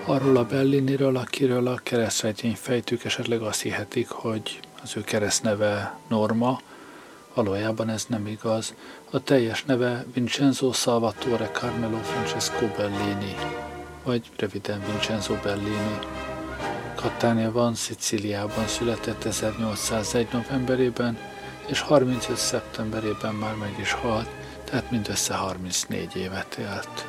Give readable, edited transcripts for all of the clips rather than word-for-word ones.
arról a Belliniről, akiről a keresztrejtény fejtők esetleg azt hihetik, hogy az ő keresztneve Norma, valójában ez nem igaz. A teljes neve Vincenzo Salvatore Carmelo Francesco Bellini, vagy röviden Vincenzo Bellini. Cataniában, Szicíliában született 1801. novemberében, és 35. szeptemberében már meg is halt, tehát mindössze 34 évet élt.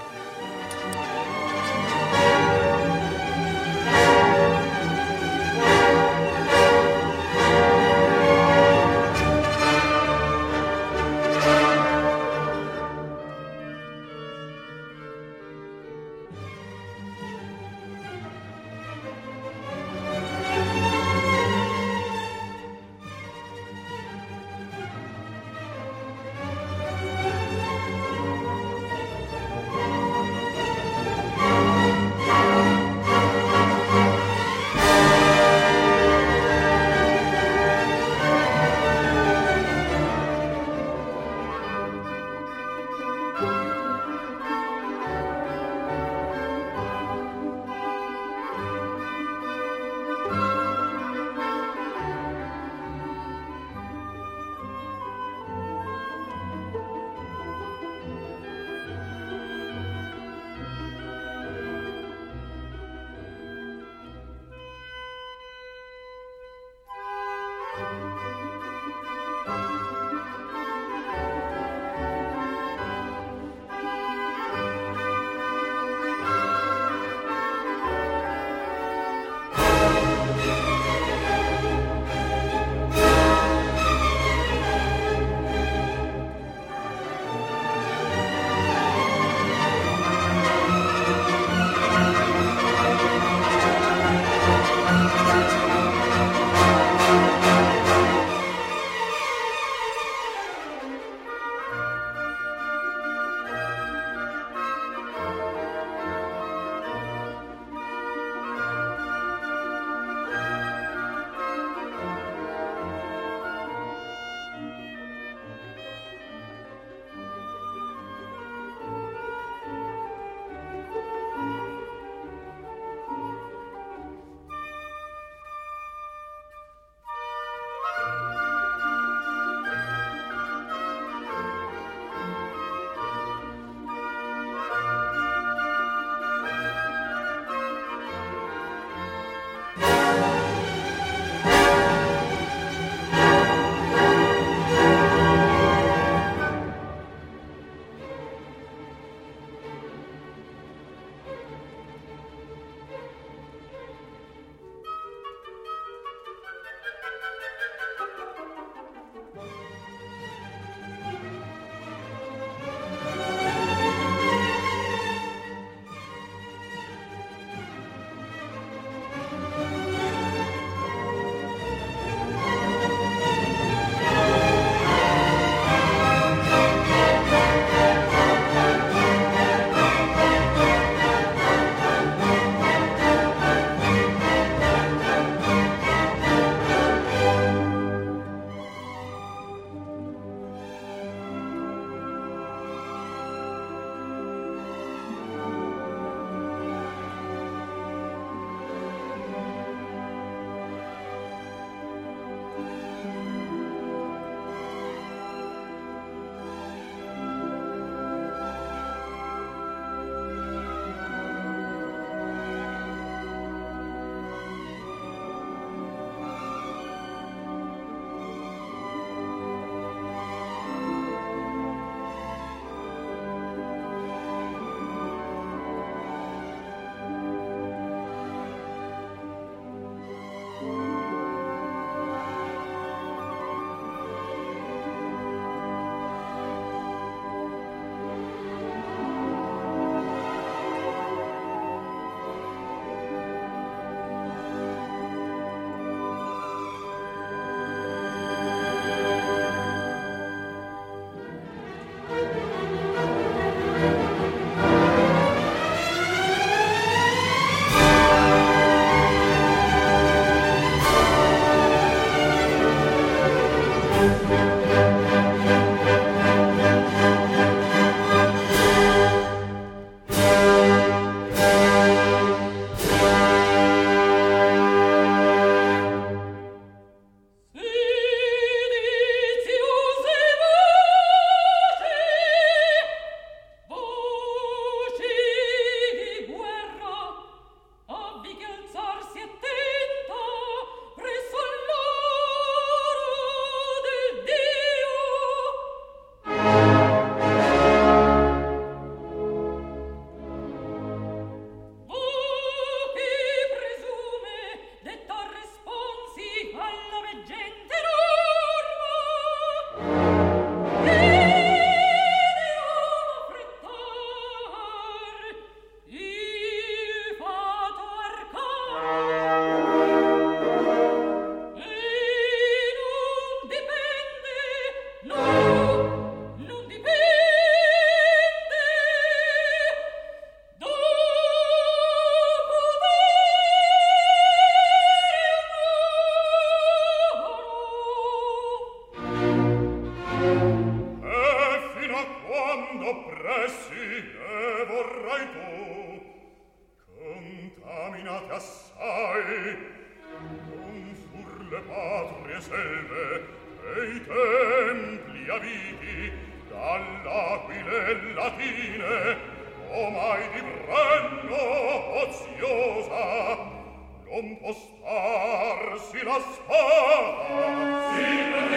sulle patrie selve e i templi aviti dall'aquile latine omai di brenno oziosa non può starsi la spada si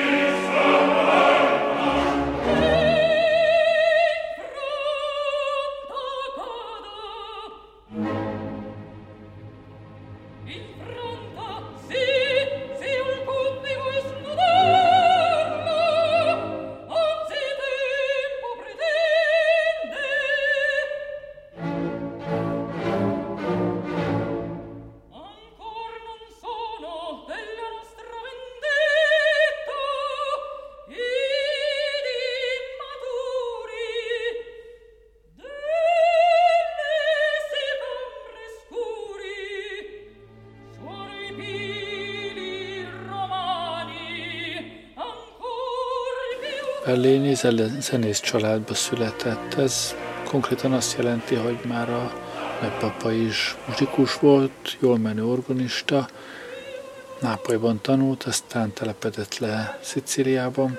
Bellini zenész családba született. Ez konkrétan azt jelenti, hogy már a nagypapa is muzsikus volt, jól menő organista, Nápolyban tanult, aztán telepedett le Szicíliában.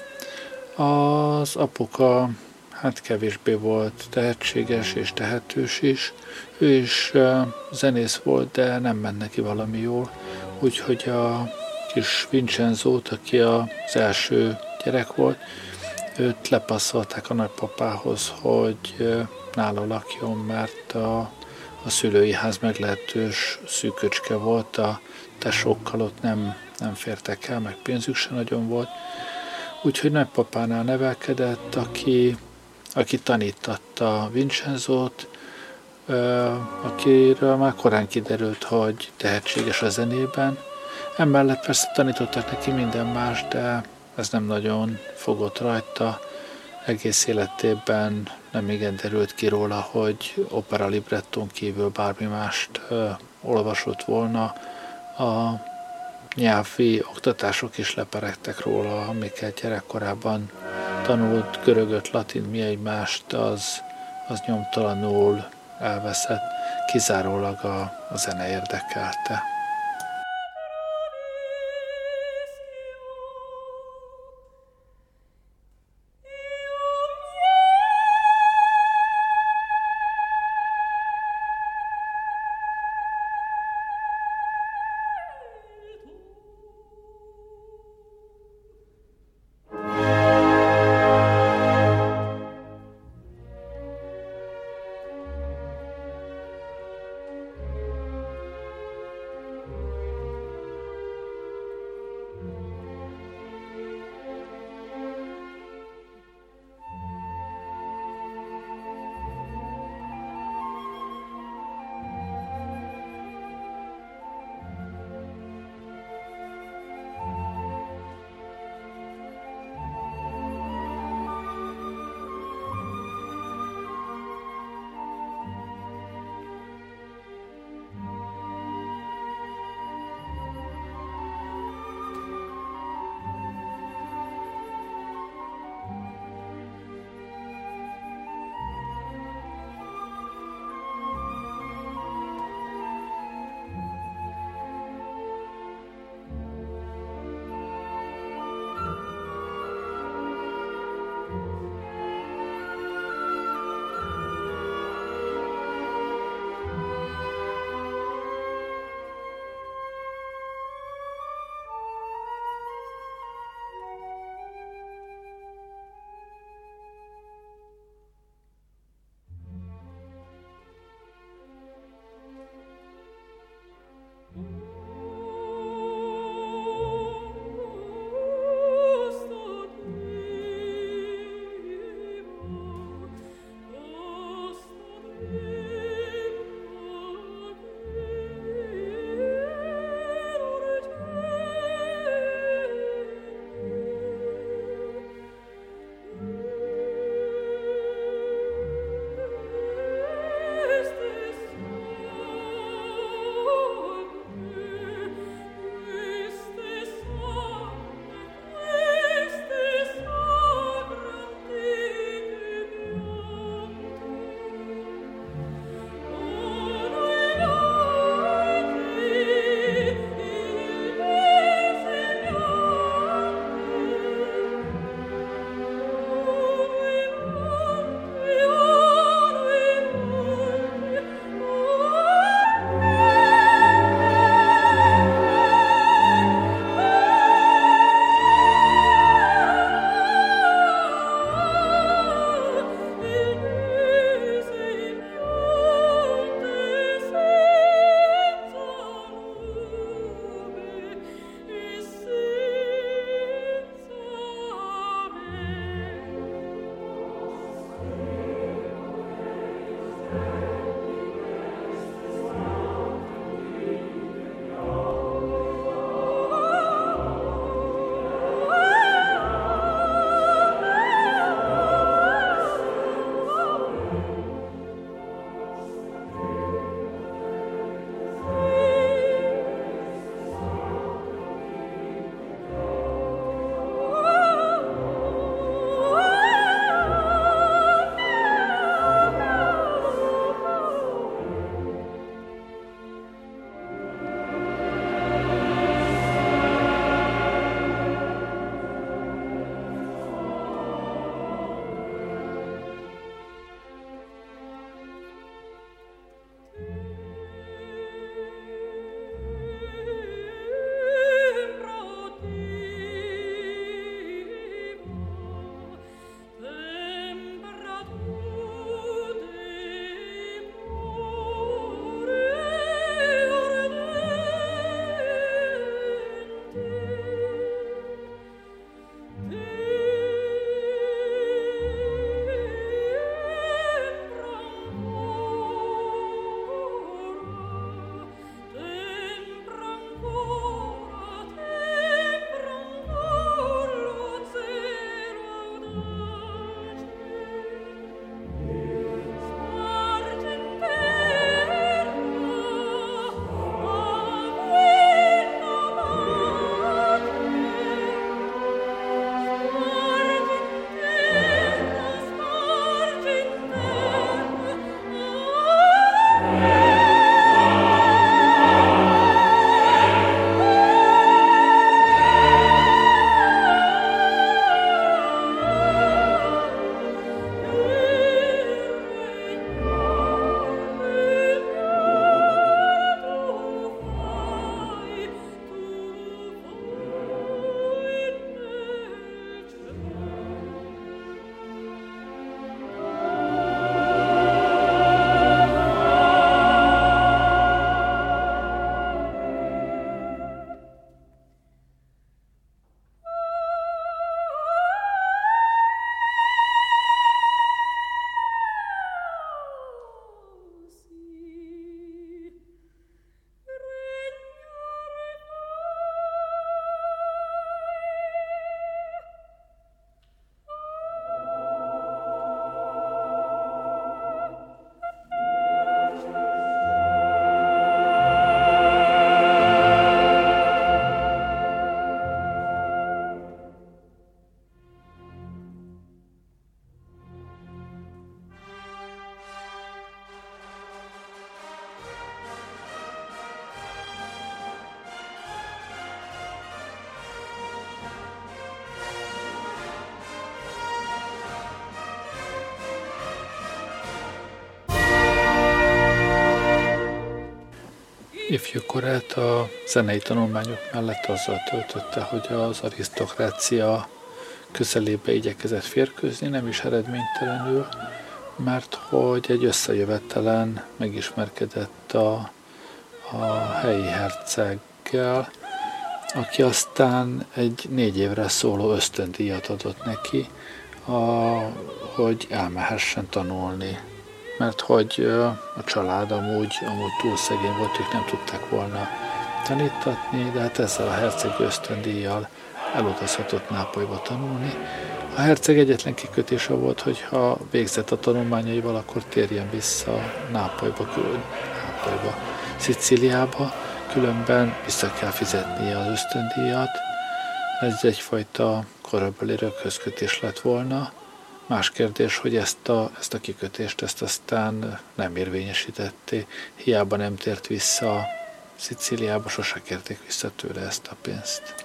Az apuka hát kevésbé volt tehetséges és tehetős is. Ő is zenész volt, de nem ment neki valami jól, úgyhogy a kis Vincenzót, aki az első gyerek volt, őt lepasszolták a nagypapához, hogy nála lakjon, mert a szülői ház meglehetős szűköcske volt, a tesókkal ott nem fértek el, meg pénzük se nagyon volt. Úgyhogy nagypapánál nevelkedett, aki tanítatta Vincenzót, akiről már korán kiderült, hogy tehetséges a zenében. Emellett persze tanítottak neki minden más, de ez nem nagyon fogott rajta. Egész életében nem igen derült ki róla, hogy opera librettón kívül bármi mást olvasott volna. A nyelvi oktatások is leperegtek róla, amiket gyerekkorában tanult, görögöt, latint, mi egymást, az nyomtalanul elveszett, kizárólag a zene érdekelte. ifjúkorát a zenei tanulmányok mellett azzal töltötte, hogy az arisztokrácia közelébe igyekezett férkőzni, nem is eredménytelenül, mert hogy egy összejövetelen megismerkedett a helyi herceggel, aki aztán egy 4 évre szóló ösztöndíjat adott neki, hogy elmehessen tanulni. Mert hogy a család amúgy túl szegény volt, ők nem tudták volna tanítatni, de hát ezzel a herceg ösztöndíjjal elutazhatott Nápolyba tanulni. A herceg egyetlen kikötése volt, hogy ha végzett a tanulmányaival, akkor térjen vissza Nápolyba, Szicíliába, különben vissza kell fizetnie az ösztöndíjat. Ez egyfajta korabeli röghözkötés lett volna. Más kérdés, hogy ezt a kikötést aztán nem érvényesítették, hiába nem tért vissza Szicíliába, sose kérték vissza tőle ezt a pénzt.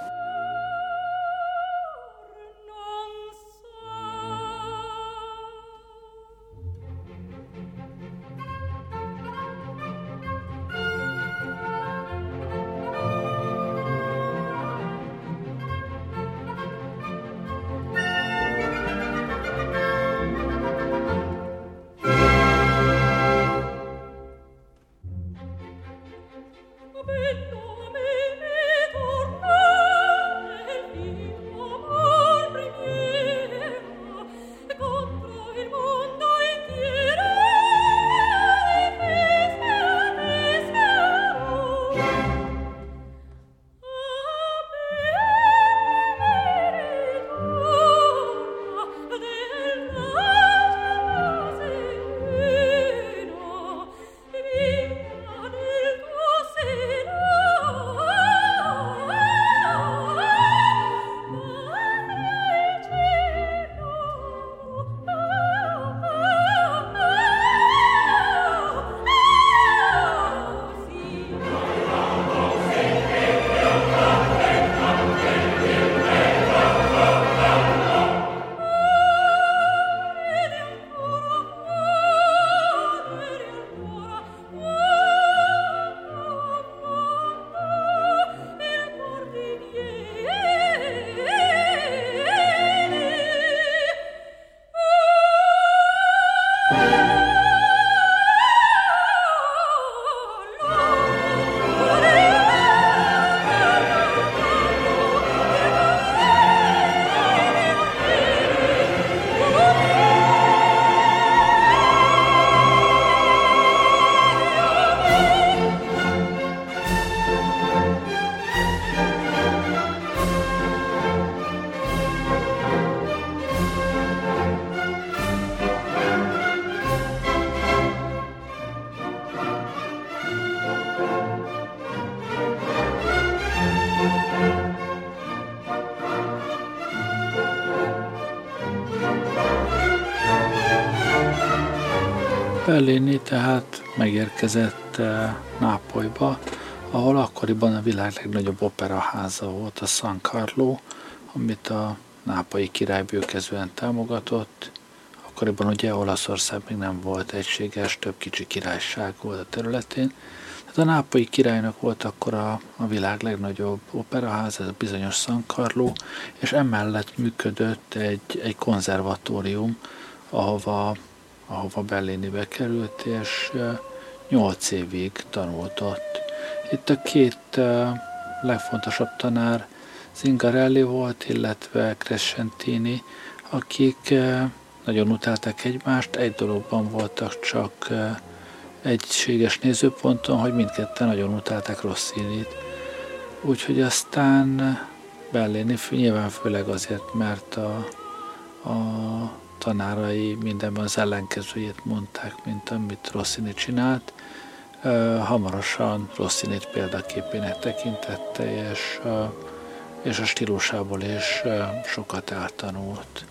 Bellini tehát megérkezett Nápolyba, ahol akkoriban a világ legnagyobb operaháza volt a San Carlo, amit a nápolyi király bőkezően támogatott. Akkoriban ugye Olaszország még nem volt egységes, több kicsi királyság volt a területén. Tehát a nápolyi királynak volt akkor a világ legnagyobb operaháza, ez a bizonyos San Carlo, és emellett működött egy konzervatórium, ahova Bellini bekerült, és 8 évig tanult ott. Itt a 2 legfontosabb tanár Zingarelli volt, illetve Crescentini, akik nagyon utálták egymást, egy dologban voltak csak egységes nézőponton, hogy mindketten nagyon utálták Rossinit. Úgyhogy aztán Bellini nyilván főleg azért, mert a tanárai mindenben az ellenkezőjét mondták, mint amit Rossini csinált. Hamarosan Rossinit példaképének tekintette, és a stílusából is sokat eltanult.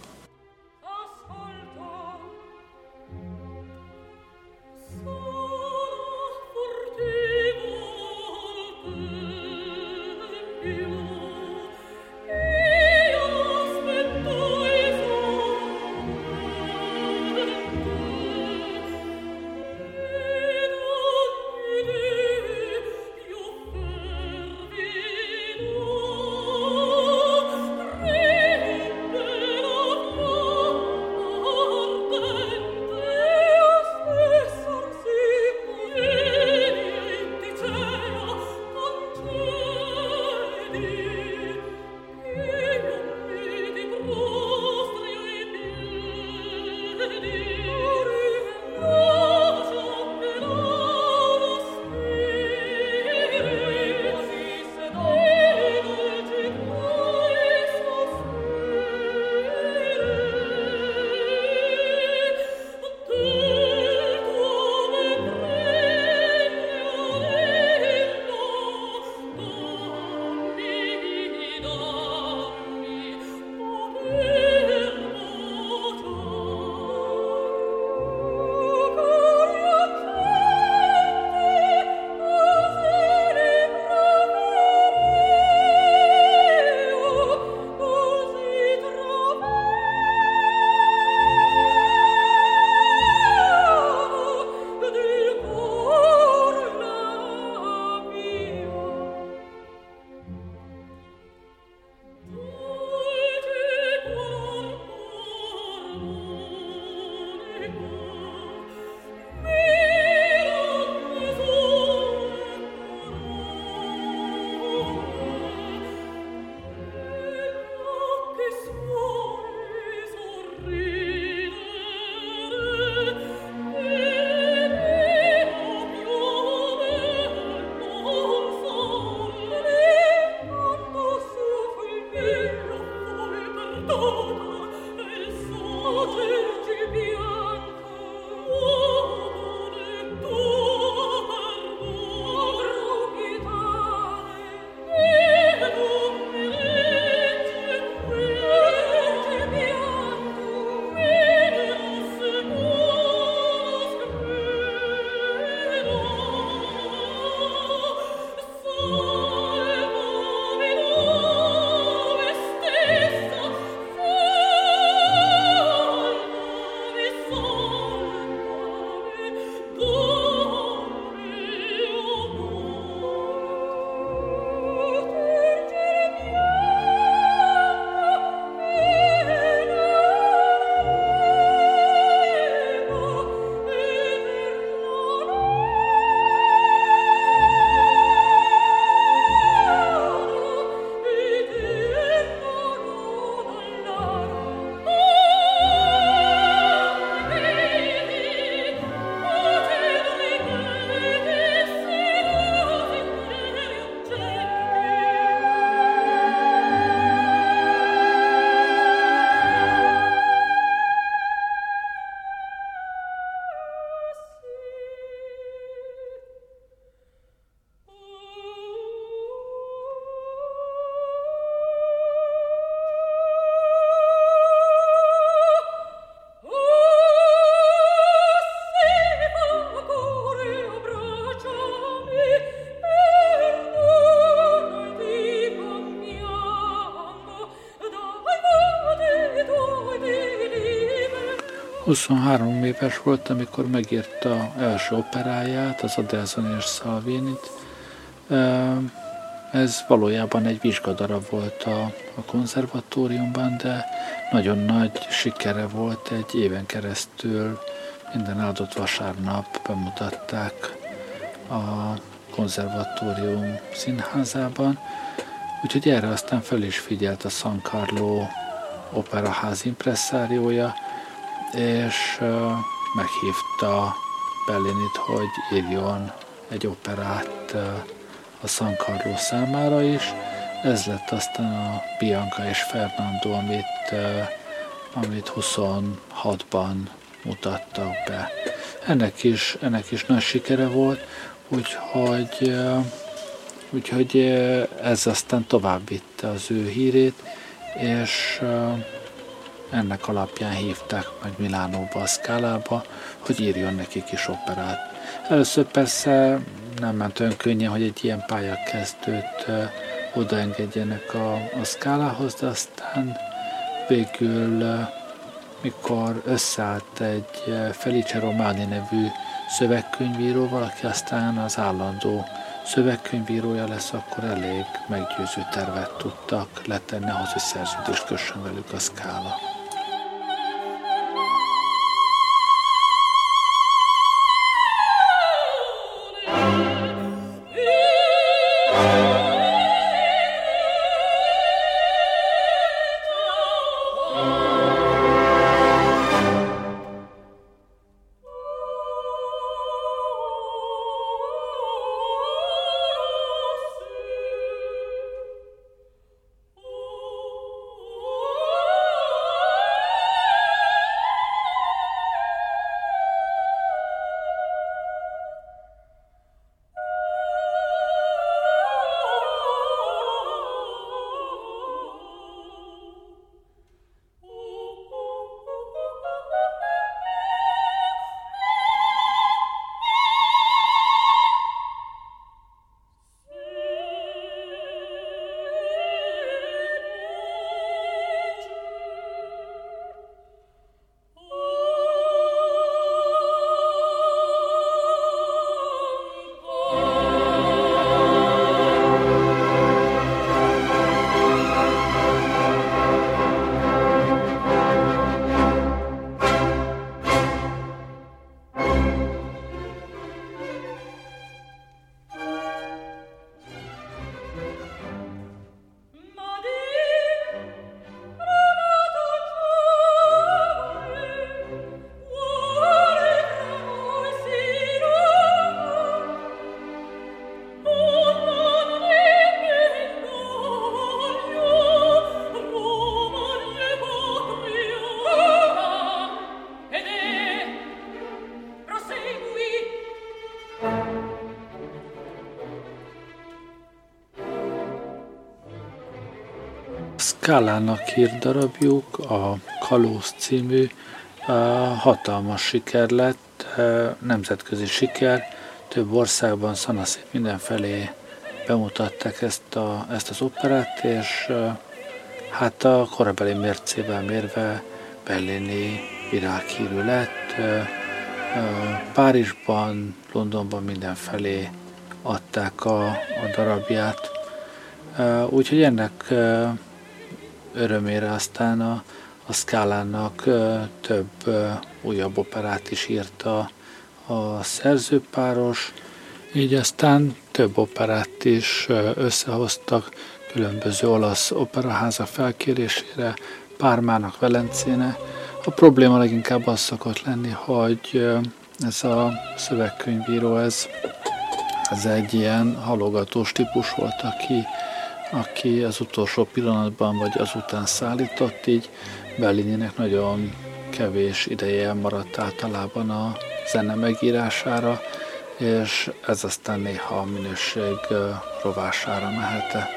23 éves volt, amikor megírta első operáját, az Adelson és Salvinit. Ez valójában egy vizsgadarab volt a konzervatóriumban, de nagyon nagy sikere volt, egy éven keresztül minden áldott vasárnap bemutatták a konzervatórium színházában, úgyhogy erre aztán fel is figyelt a San Carlo operaház impresszáriója, és meghívta Bellinit, hogy írjon egy operát a San Carlo számára is. Ez lett aztán a Bianca és Fernando, amit 26-ban mutattak be. Ennek is nagy sikere volt, úgyhogy ez aztán tovább vitte az ő hírét, és ennek alapján hívták meg Milánóba, a Scálába, hogy írjon nekik is operát. Először persze nem ment olyan könnyen, hogy egy ilyen pályakezdőt odaengedjenek a Scálához, de aztán végül, mikor összeállt egy Felice Romani nevű szövegkönyvíróval, aki aztán az állandó szövegkönyvírója lesz, akkor elég meggyőző tervet tudtak letenni ahhoz, hogy szerződést kössön velük a Scala. Scala-nak írt darabjuk, a Kalóz című, hatalmas siker lett, nemzetközi siker, több országban szanaszét mindenfelé bemutatták ezt az operát, és hát a korabeli mércével mérve berlini világhírű lett. Párizsban, Londonban mindenfelé adták a darabját. Úgyhogy ennek örömére aztán a Scala-nak több újabb operát is írta a szerzőpáros, így aztán több operát is összehoztak különböző olasz operaházak felkérésére, Pármának, Velencének. A probléma leginkább az szokott lenni, hogy ez a szövegkönyvíró, ez egy ilyen halogatós típus volt, aki az utolsó pillanatban vagy azután szállított, így Bellininek nagyon kevés ideje maradt általában a zene megírására, és ez aztán néha a minőség rovására mehetett.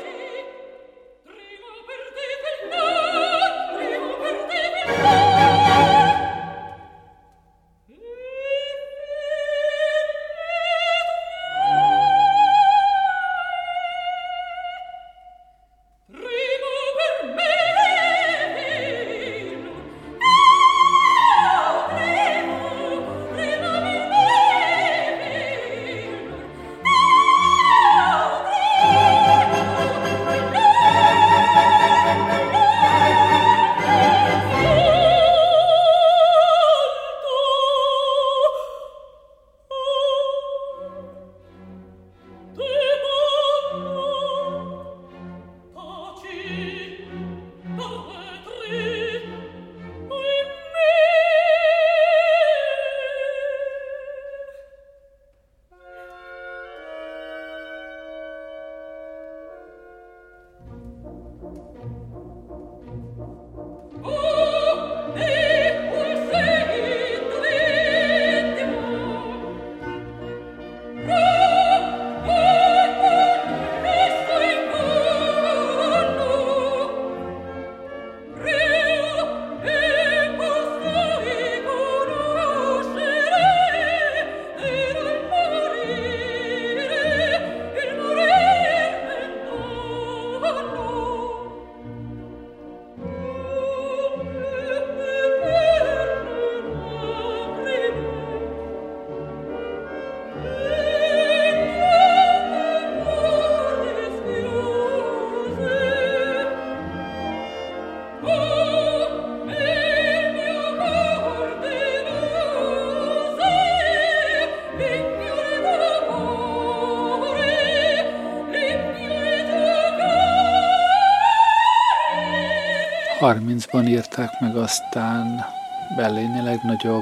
ban írták meg aztán Bellini legnagyobb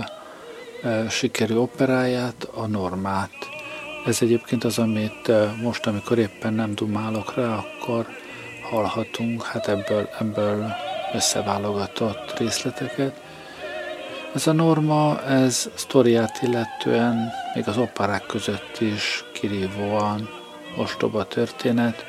sikerű operáját, a Normát. Ez egyébként az, amit most, amikor éppen nem dumálok rá, akkor hallhatunk, hát ebből összeválogatott részleteket. Ez a Norma, ez sztoriát illetően még az operák között is kirívóan ostoba történet.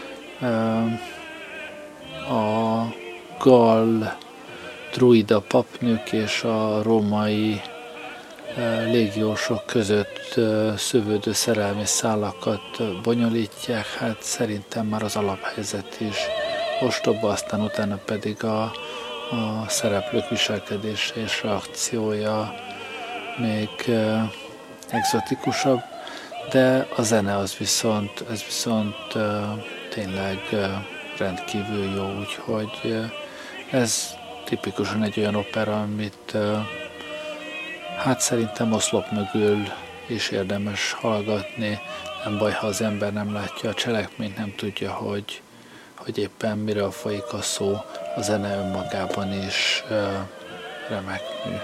A gall druida papnők és a római légiósok között szövődő szerelmi szálakat bonyolítják, hát szerintem már az alaphelyzet is ostoba, aztán utána pedig a szereplők viselkedése és reakciója még egzotikusabb, de a zene ez viszont tényleg rendkívül jó, úgyhogy ez tipikusan egy olyan opera, amit hát szerintem oszlop mögül is érdemes hallgatni. Nem baj, ha az ember nem látja a cselekményt, nem tudja, hogy éppen miről folyik a szó, a zene önmagában is remek mű.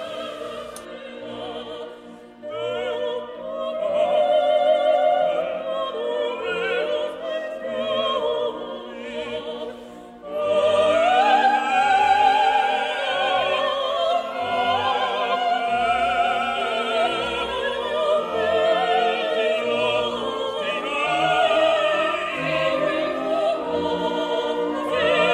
Thank you.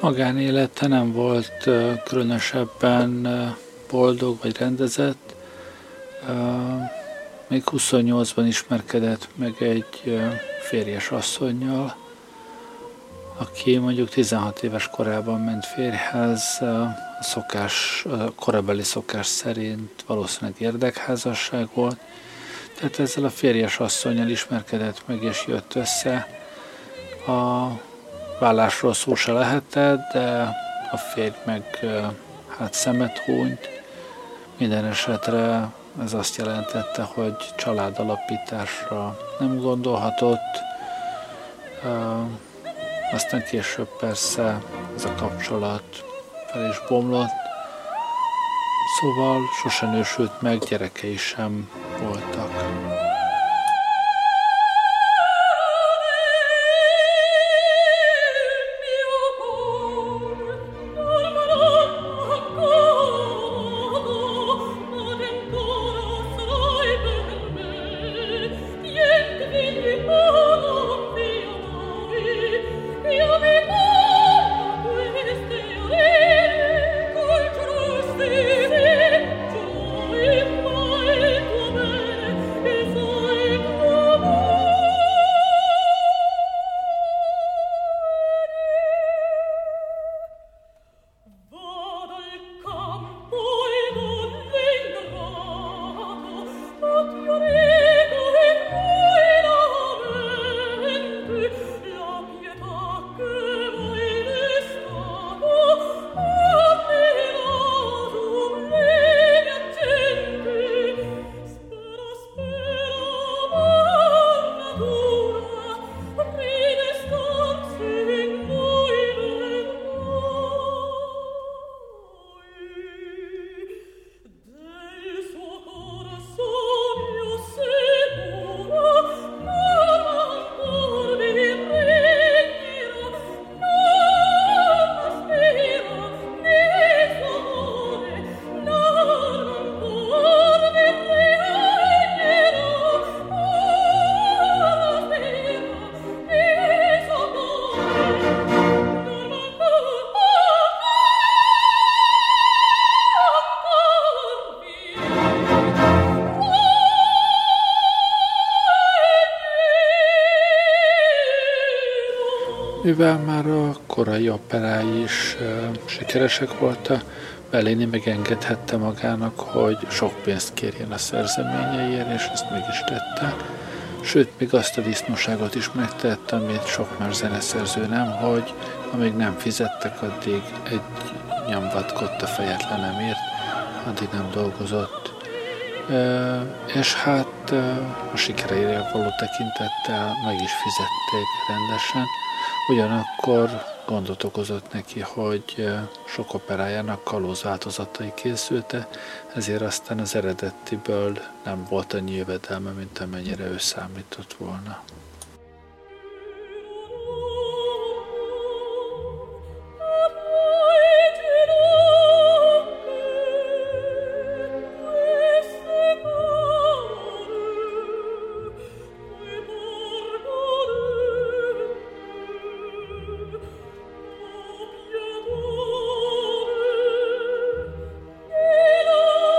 Magánélete nem volt különösebben boldog vagy rendezett. Még 28-ban ismerkedett meg egy férjes asszonnyal, aki mondjuk 16 éves korában ment férjhez, a korabeli szokás szerint valószínűleg érdekházasság volt. Tehát ezzel a férjes asszonnyal ismerkedett meg és jött össze. A vállásról szó se lehetett, de a férj meg szemet hunyt. Minden esetre ez azt jelentette, hogy családalapításra nem gondolhatott. Aztán később persze ez a kapcsolat fel is bomlott. Szóval sosem nősült meg, gyerekei sem voltak. Mivel már a korai operái is sikeresek voltak, Bellini megengedhette magának, hogy sok pénzt kérjen a szerzeményeiért, és ezt meg is tette. Sőt, még azt a disznóságot is megtette, amit sok más zeneszerző nem, hogy amíg nem fizettek, addig egy nyomvatkott a fejetlenemért, addig nem dolgozott. És hát a sikereire való tekintettel meg is fizették rendesen. Ugyanakkor gondot okozott neki, hogy sok operájának kalóz változatai készülte, ezért aztán az eredetiből nem volt annyi jövedelme, mint amennyire ő számított volna.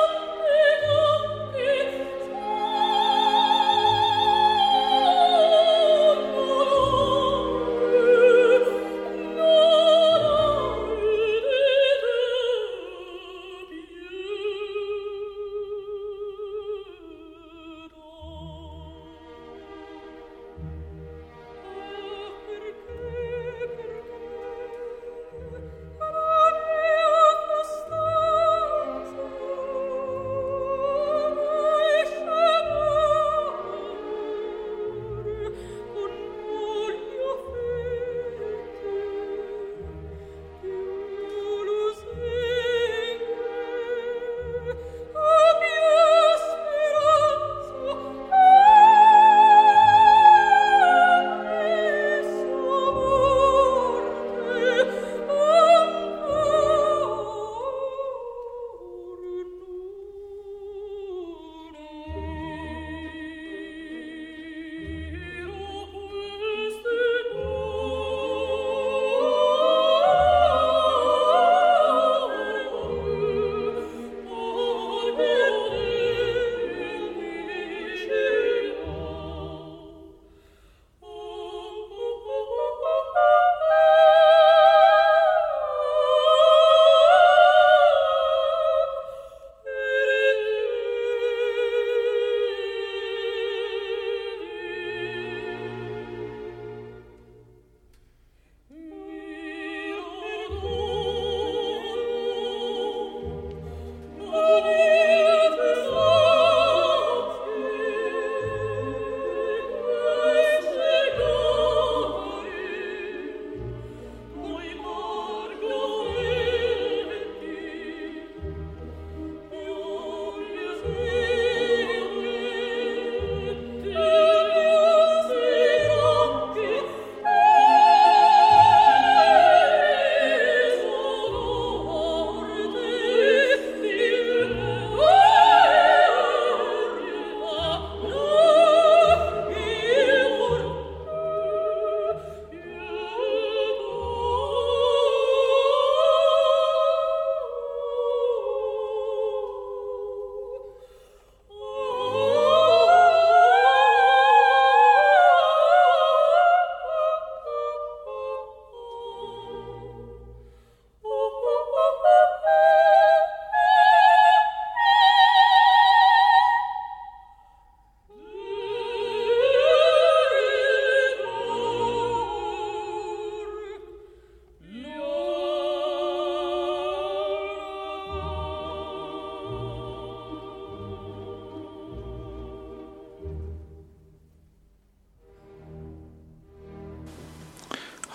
Oh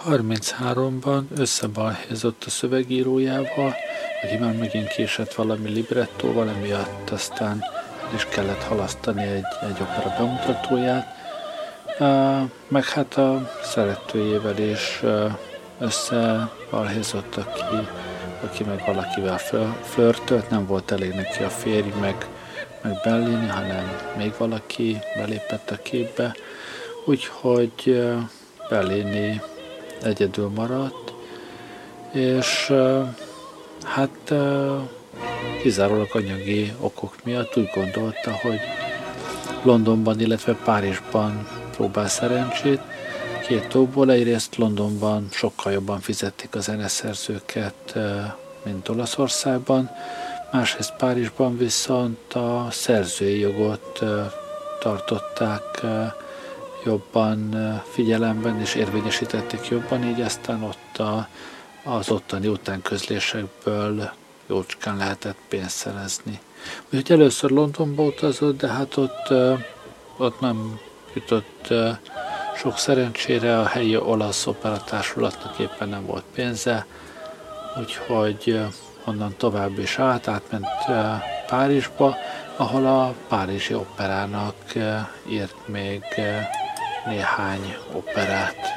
33-ban összebalhézott a szövegírójával, aki már megint késett valami librettóval, emiatt aztán el is kellett halasztani egy opera bemutatóját, meg hát a szeretőjével is összebalhézott, aki meg valakivel flörtölt, nem volt elég neki a férj, meg Bellini, hanem még valaki belépett a képbe, úgyhogy Bellini egyedül maradt, és hát kizárólag anyagi okok miatt úgy gondolta, hogy Londonban, illetve Párizsban próbál szerencsét. Két okból: egyrészt Londonban sokkal jobban fizették a zeneszerzőket, mint Olaszországban, másrészt Párizsban viszont a szerzői jogot tartották jobban figyelemben, és érvényesítették jobban, így aztán ott az ottani utánközlésekből jócskán lehetett pénzt szerezni. Úgyhogy először Londonba utazott, de hát ott nem jutott sok szerencsére, a helyi olasz operatársulatnak éppen nem volt pénze, úgyhogy onnan tovább is átment Párizsba, ahol a Párizsi Operának írt még néhány operát.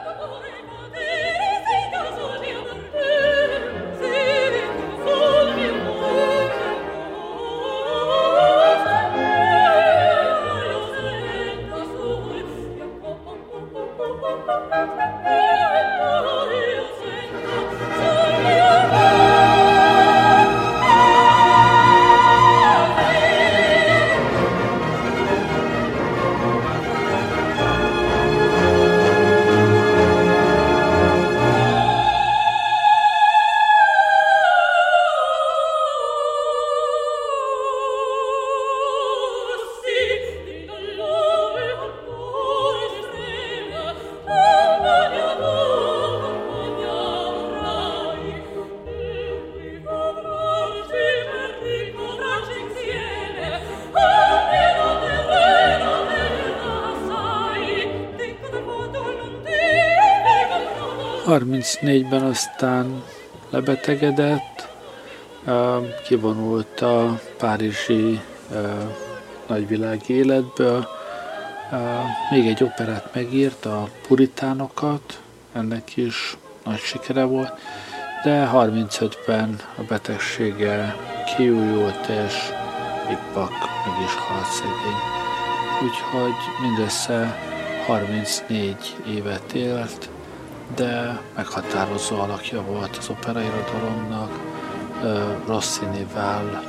Ben aztán lebetegedett, kivonult a párizsi nagyvilági életből, még egy operát megírt, a Puritánokat, ennek is nagy sikere volt, de 35-ben a betegsége kiújult, és Pippak meg is halt szegény. Úgyhogy mindössze 34 évet élt, de meghatározó alakja volt az operairodalomnak, Rossinivel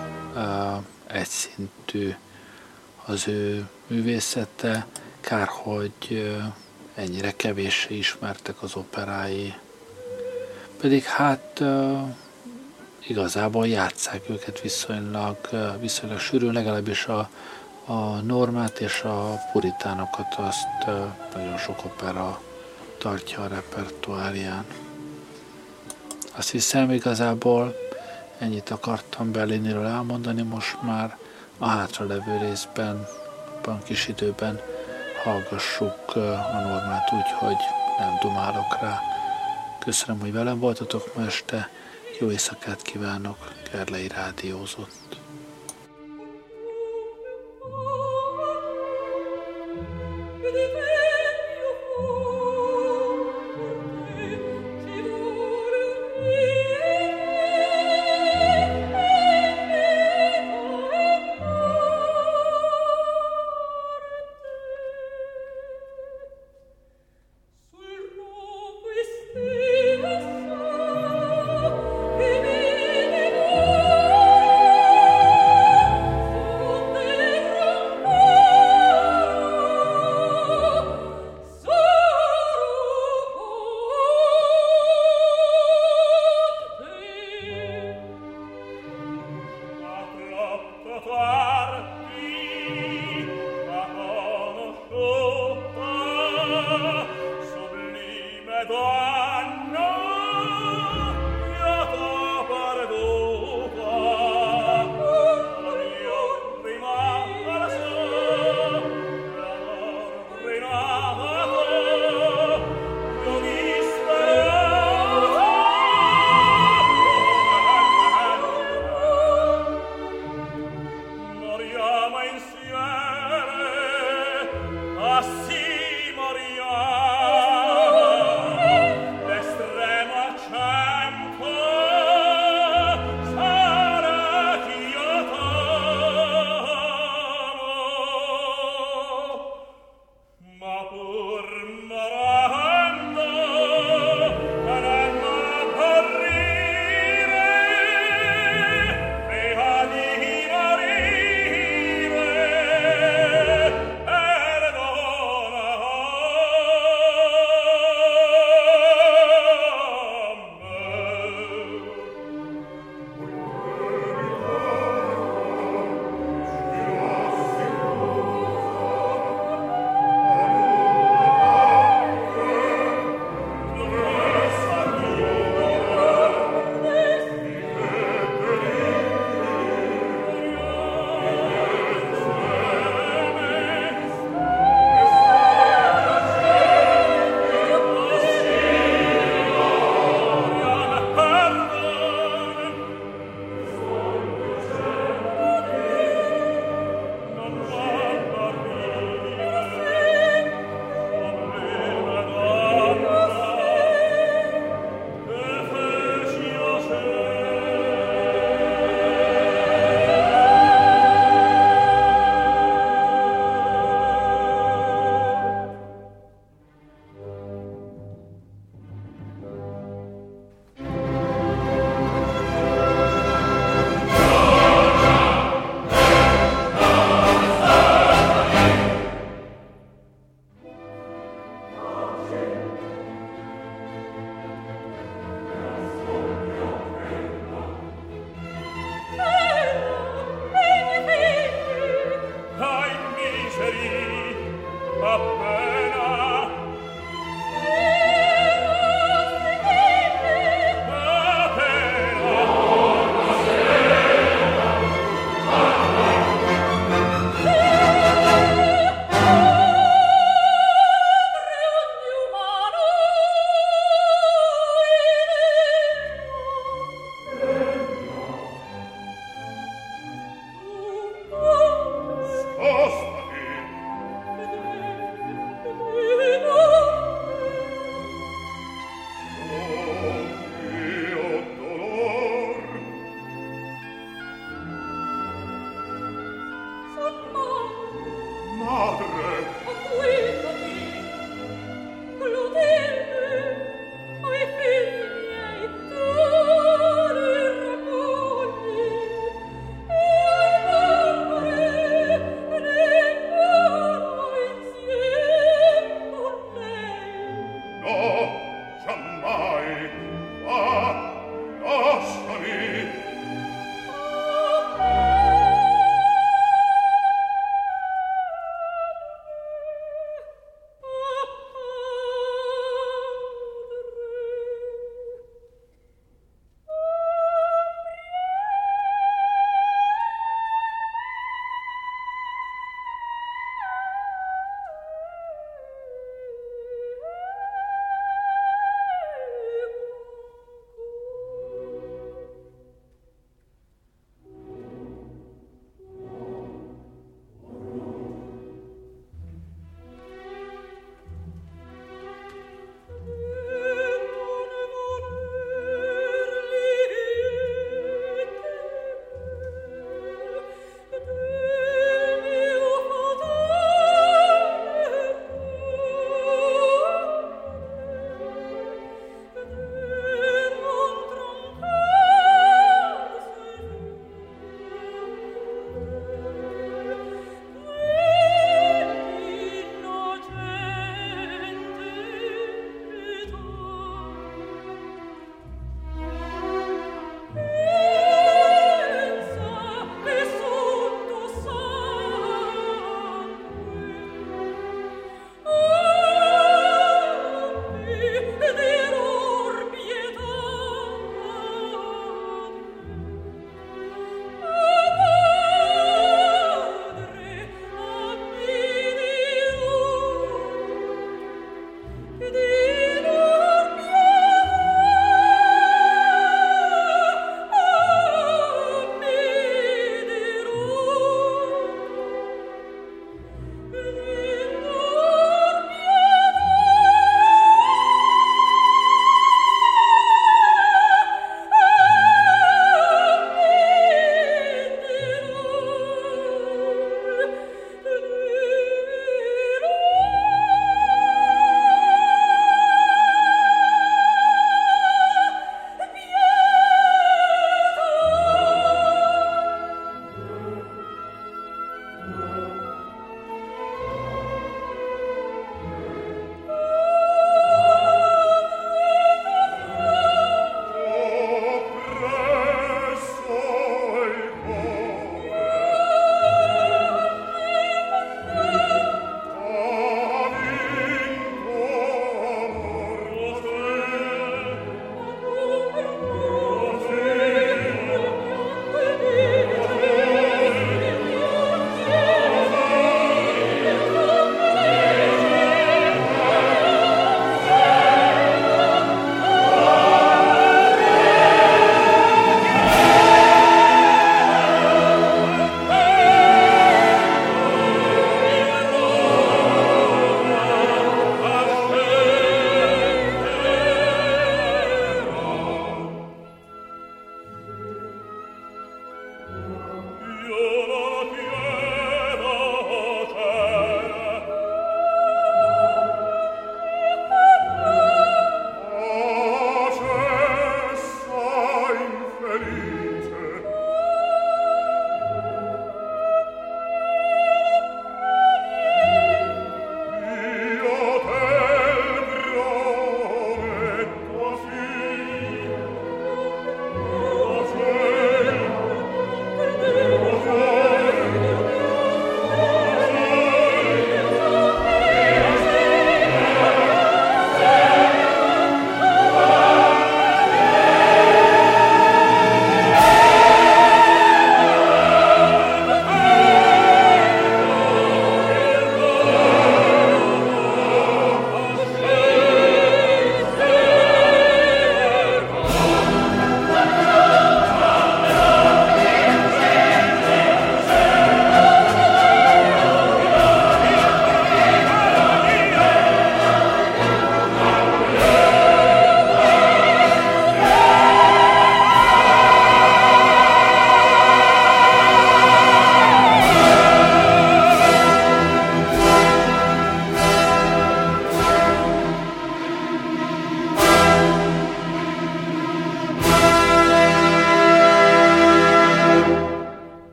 egyszintű az ő művészete, kár, hogy ennyire kevéssé ismertek az operái. Pedig hát igazából játsszák őket viszonylag sűrűn, legalábbis a Normát és a Puritánokat azt nagyon sok opera tartja a repertoárján. Azt hiszem, igazából ennyit akartam Belliniről elmondani, most már a hátralevő részben, abban kis időben hallgassuk a Normát úgy, hogy nem dumálok rá. Köszönöm, hogy velem voltatok ma este, jó éjszakát kívánok, Gerlei rádiózott. Toi